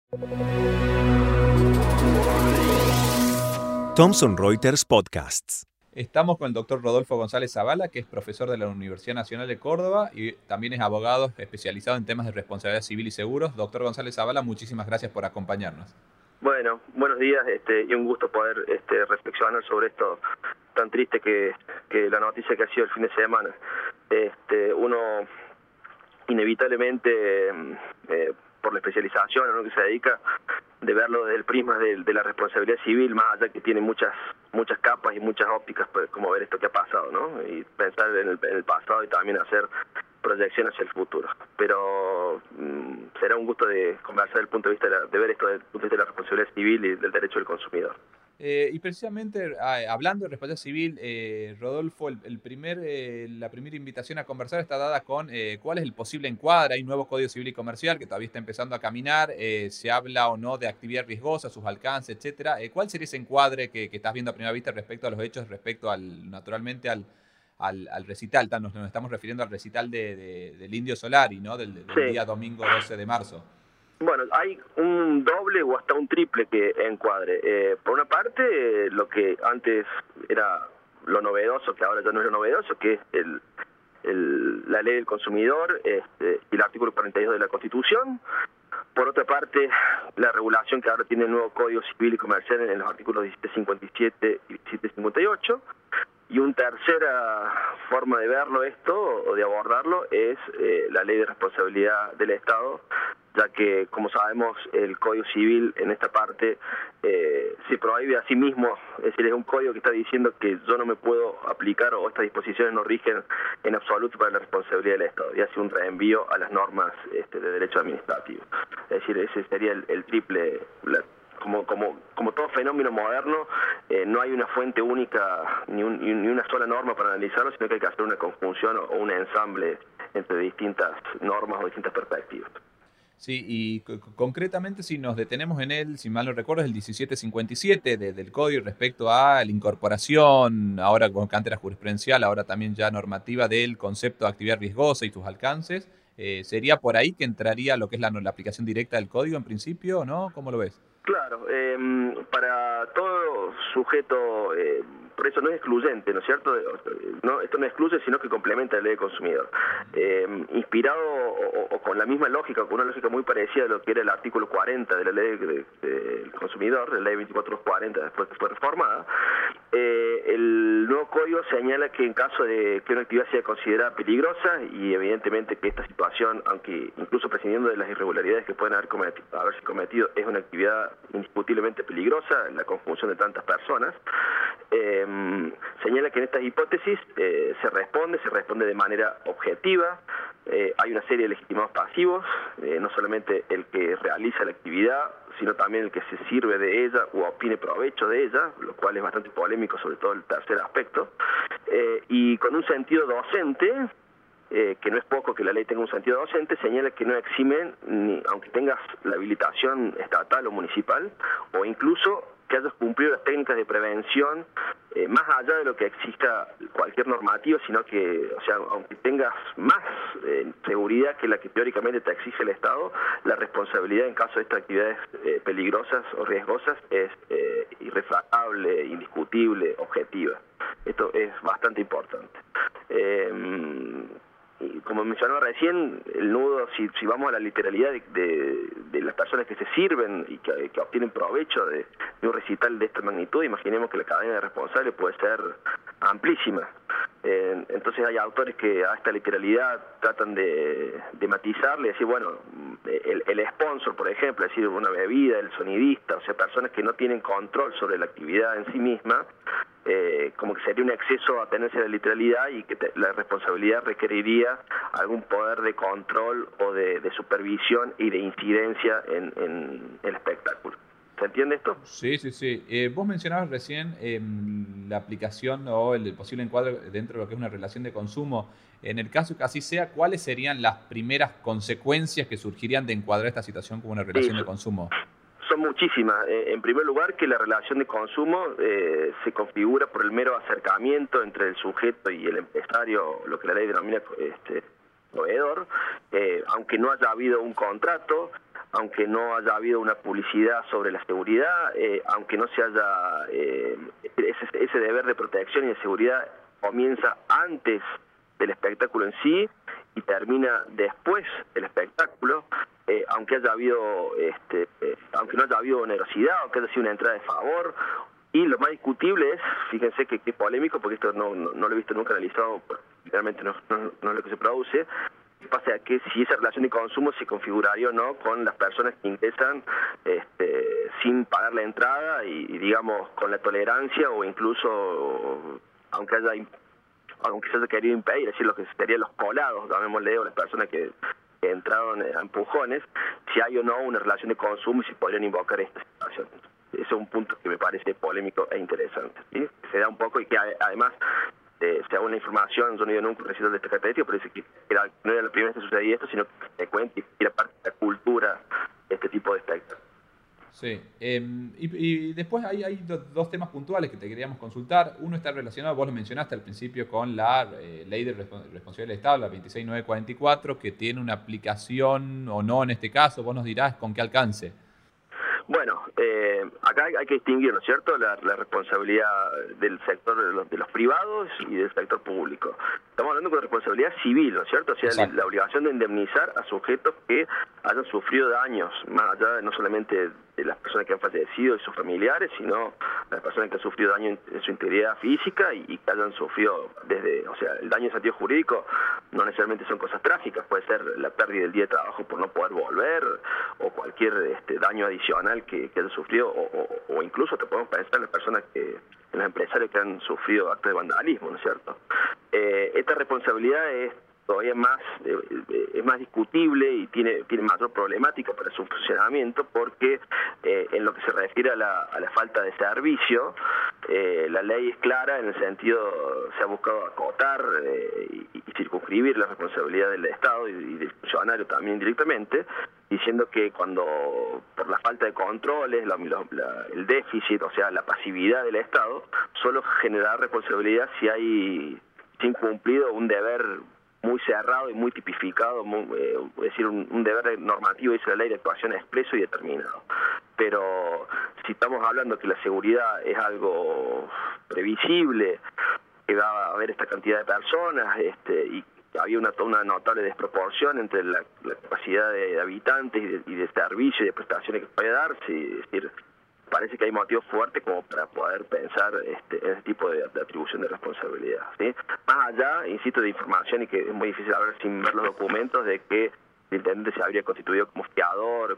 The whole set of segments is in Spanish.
Thomson Reuters Podcasts. Estamos con el doctor Rodolfo González Zavala, que es profesor de la Universidad Nacional de Córdoba y también es abogado especializado en temas de responsabilidad civil y seguros. Doctor González Zavala, muchísimas gracias por acompañarnos. Bueno, buenos días y un gusto poder reflexionar sobre esto tan triste que la noticia que ha sido el fin de semana. Uno inevitablemente, por la especialización a lo que se dedica, de verlo desde el prisma de la responsabilidad civil, más allá que tiene muchas capas y muchas ópticas, pues, como ver esto que ha pasado, ¿no? Y pensar en el pasado y también hacer proyección hacia el futuro. Pero será un gusto de conversar desde el punto de vista de ver esto desde el punto de vista de la responsabilidad civil y del derecho del consumidor. Y precisamente hablando de responsabilidad civil, Rodolfo, la primera invitación a conversar está dada con cuál es el posible encuadre. Hay un nuevo Código Civil y Comercial que todavía está empezando a caminar. Se habla o no de actividad riesgosa, sus alcances, etcétera. ¿Cuál sería ese encuadre que estás viendo a primera vista respecto a los hechos, respecto naturalmente al recital? Nos estamos refiriendo al recital del Indio Solari, ¿no? Del Sí. Día domingo 12 de marzo. Bueno, hay un doble o hasta un triple que encuadre. Por una parte, lo que antes era lo novedoso, que ahora ya no es lo novedoso, que es la ley del consumidor y el artículo 42 de la Constitución. Por otra parte, la regulación que ahora tiene el nuevo Código Civil y Comercial en los artículos 1757 y 1758. Y una tercera forma de verlo esto, o de abordarlo, es la ley de responsabilidad del Estado, ya que, como sabemos, el Código Civil en esta parte se prohíbe a sí mismo, es decir, es un código que está diciendo que yo no me puedo aplicar o estas disposiciones no rigen en absoluto para la responsabilidad del Estado, y hace un reenvío a las normas de derecho administrativo. Es decir, ese sería el triple. Como todo fenómeno moderno, no hay una fuente única ni una sola norma para analizarlo, sino que hay que hacer una conjunción o un ensamble entre distintas normas o distintas perspectivas. Sí, y concretamente si nos detenemos en él, si mal no recuerdo, es el 1757 del Código respecto a la incorporación, ahora con que antes era jurisprudencial, ahora también ya normativa del concepto de actividad riesgosa y sus alcances. ¿Sería por ahí que entraría lo que es la aplicación directa del Código en principio, no? ¿Cómo lo ves? Claro, para todo sujeto, por eso no es excluyente, ¿no es cierto? No, esto no excluye, sino que complementa la ley del consumidor. Inspirado o con la misma lógica, con una lógica muy parecida a lo que era el artículo 40 de la ley del consumidor, la ley 2440, después que fue reformada, el nuevo código señala que en caso de que una actividad sea considerada peligrosa, y evidentemente que esta situación, aunque incluso prescindiendo de las irregularidades que pueden haberse cometido, es una actividad indiscutiblemente peligrosa, la conjunción de tantas personas, señala que en estas hipótesis se responde de manera objetiva. Hay una serie de legitimados pasivos, no solamente el que realiza la actividad, sino también el que se sirve de ella o obtiene provecho de ella, lo cual es bastante polémico, sobre todo el tercer aspecto, y con un sentido docente, que no es poco que la ley tenga un sentido docente, señala que no eximen, aunque tengas la habilitación estatal o municipal, o incluso que hayas cumplido las técnicas de prevención, más allá de lo que exista cualquier normativa, sino que, o sea, aunque tengas más seguridad que la que teóricamente te exige el Estado, la responsabilidad en caso de estas actividades peligrosas o riesgosas es irrefragable, indiscutible, objetiva. Esto es bastante importante. Y como mencionaba recién, el nudo, si vamos a la literalidad de las personas que se sirven y que obtienen provecho de un recital de esta magnitud, imaginemos que la cadena de responsables puede ser amplísima. Entonces hay autores que a esta literalidad tratan de matizarle, decir, bueno, el sponsor, por ejemplo, es decir, una bebida, el sonidista, o sea, personas que no tienen control sobre la actividad en sí misma, como que sería un exceso a tenerse la literalidad, y que la responsabilidad requeriría algún poder de control o de supervisión y de incidencia en el espectáculo. ¿Se entiende esto? Sí. Vos mencionabas recién la aplicación o el posible encuadre dentro de lo que es una relación de consumo. En el caso que así sea, ¿cuáles serían las primeras consecuencias que surgirían de encuadrar esta situación como una relación de consumo? Son muchísimas. En primer lugar, que la relación de consumo se configura por el mero acercamiento entre el sujeto y el empresario, lo que la ley denomina proveedor, aunque no haya habido un contrato, aunque no haya habido una publicidad sobre la seguridad, aunque no se haya ese deber de protección y de seguridad comienza antes del espectáculo en sí y termina después del espectáculo, aunque haya habido aunque no haya habido onerosidad o que haya sido una entrada de favor. Y lo más discutible es, fíjense que es polémico, porque esto no lo he visto nunca analizado, realmente no es lo que se produce. Pasa que si esa relación de consumo se configuraría o no con las personas que ingresan sin pagar la entrada y digamos con la tolerancia o incluso aunque se haya querido impedir, es decir, lo que serían los colados, llamémosle, o las personas que entraron a empujones, si hay o no una relación de consumo y si podrían invocar esta situación. Ese es un punto que me parece polémico e interesante, ¿sí? Se da un poco y que además según la información, yo no he ido nunca a un recital de esta característica, pero dice que no era la primera vez que sucedía esto, sino que se cuenta y era parte de la cultura este tipo de espectáculos. Sí, y después hay dos temas puntuales que te queríamos consultar. Uno está relacionado, vos lo mencionaste al principio, con la Ley de Responsabilidad del Estado, la 26944, que tiene una aplicación o no en este caso. Vos nos dirás con qué alcance. Bueno, acá hay que distinguir, ¿no es cierto?, la responsabilidad del sector de los privados y del sector público. Estamos hablando de responsabilidad civil, ¿no es cierto? O sea, la obligación de indemnizar a sujetos que hayan sufrido daños, más allá de no solamente de las personas que han fallecido y sus familiares, sino las personas que han sufrido daño en su integridad física y que hayan sufrido o sea, el daño en sentido jurídico no necesariamente son cosas trágicas, puede ser la pérdida del día de trabajo por no poder volver o cualquier daño adicional que haya sufrido o incluso te podemos pensar en las personas en los empresarios que han sufrido actos de vandalismo, ¿no es cierto? Esta responsabilidad es todavía es más discutible y tiene mayor problemática para su funcionamiento porque en lo que se refiere a la falta de servicio, la ley es clara en el sentido, se ha buscado acotar y circunscribir la responsabilidad del Estado y del funcionario también directamente, diciendo que cuando por la falta de controles, el déficit, o sea, la pasividad del Estado, solo generará responsabilidad si hay incumplido un deber muy cerrado y muy tipificado, es decir, un deber normativo, dice la ley, de actuación expreso y determinado. Pero si estamos hablando que la seguridad es algo previsible, que va a haber esta cantidad de personas, y había una notable desproporción entre la capacidad de habitantes y de servicio y de prestaciones que puede darse, es decir, parece que hay motivos fuertes como para poder pensar en ese tipo de atribución de responsabilidad, ¿sí? Más allá, insisto, de información y que es muy difícil hablar sin ver los documentos de que el intendente se habría constituido como fiador,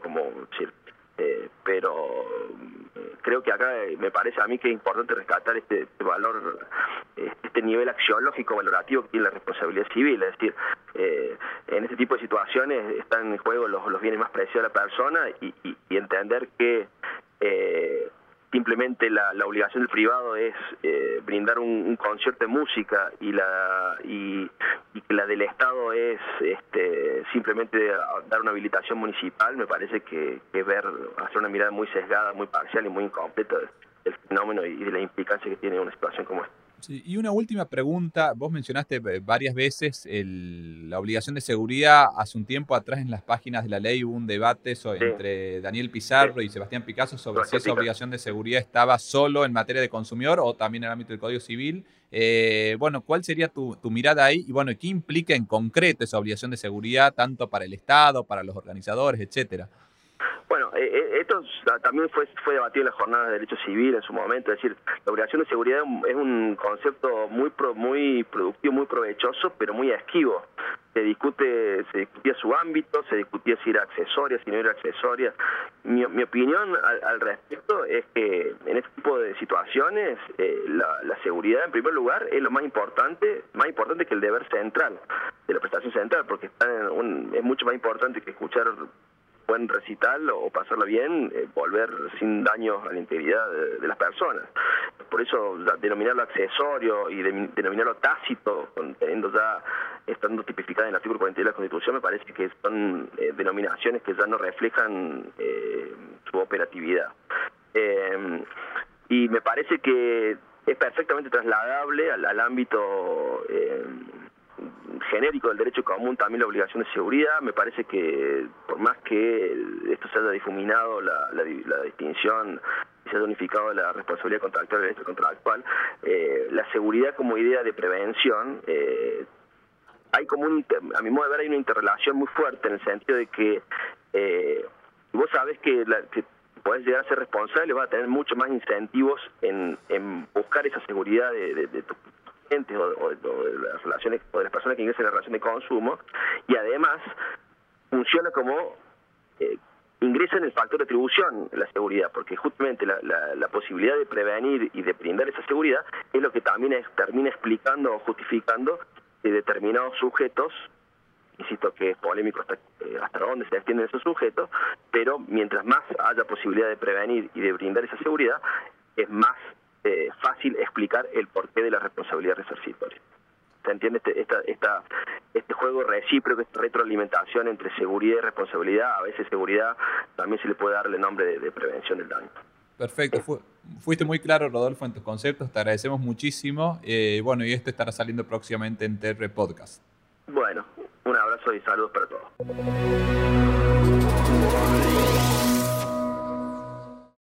pero creo que acá me parece a mí que es importante rescatar este valor, este nivel axiológico valorativo que tiene la responsabilidad civil, es decir, en este tipo de situaciones están en juego los bienes más preciados de la persona y entender que simplemente la obligación del privado es brindar un concierto de música y que la del Estado es simplemente dar una habilitación municipal, me parece que hacer una mirada muy sesgada, muy parcial y muy incompleta del fenómeno y de la implicancia que tiene una situación como esta. Sí, y una última pregunta, vos mencionaste varias veces la obligación de seguridad. Hace un tiempo atrás en las páginas de la ley hubo un debate entre Daniel Pizarro y Sebastián Picasso sobre si esa obligación de seguridad estaba solo en materia de consumidor o también en el ámbito del Código Civil. Bueno, ¿cuál sería tu mirada ahí? Y bueno, ¿qué implica en concreto esa obligación de seguridad tanto para el Estado, para los organizadores, etcétera? Bueno, esto también fue debatido en las jornadas de derecho civil en su momento, es decir, la obligación de seguridad es un concepto muy productivo, muy provechoso, pero muy esquivo. Se discutía su ámbito, se discutía si era accesoria, si no era accesoria. Mi opinión al respecto es que en este tipo de situaciones la seguridad en primer lugar es lo más importante que el deber central, de la prestación central, porque es mucho más importante que escuchar buen recital o pasarla bien, volver sin daño a la integridad de las personas. Por eso denominarlo accesorio y denominarlo tácito, estando tipificada en el artículo 42 de la Constitución, me parece que son denominaciones que ya no reflejan su operatividad. Y me parece que es perfectamente trasladable al ámbito genérico del derecho común también la obligación de seguridad. Me parece que por más que esto se haya difuminado la distinción, se haya unificado la responsabilidad contractual y el extracontractual, la seguridad como idea de prevención, hay como a mi modo de ver, hay una interrelación muy fuerte en el sentido de que vos sabés que podés llegar a ser responsable, vas a tener mucho más incentivos en buscar esa seguridad de tus clientes o de las relaciones o de las personas que ingresan en la relación de consumo, y además funciona como ingresa en el factor de atribución la seguridad, porque justamente la posibilidad de prevenir y de brindar esa seguridad es lo que también termina explicando o justificando que determinados sujetos, insisto que es polémico hasta dónde se extienden esos sujetos, pero mientras más haya posibilidad de prevenir y de brindar esa seguridad, es más fácil explicar el porqué de la responsabilidad resarcitoria. ¿Se entiende este juego recíproco, esta retroalimentación entre seguridad y responsabilidad? A veces seguridad también se le puede darle nombre de prevención del daño. Perfecto, fuiste muy claro, Rodolfo, en tus conceptos, te agradecemos muchísimo. Bueno, y esto estará saliendo próximamente en TR Podcast. Bueno, un abrazo y saludos para todos.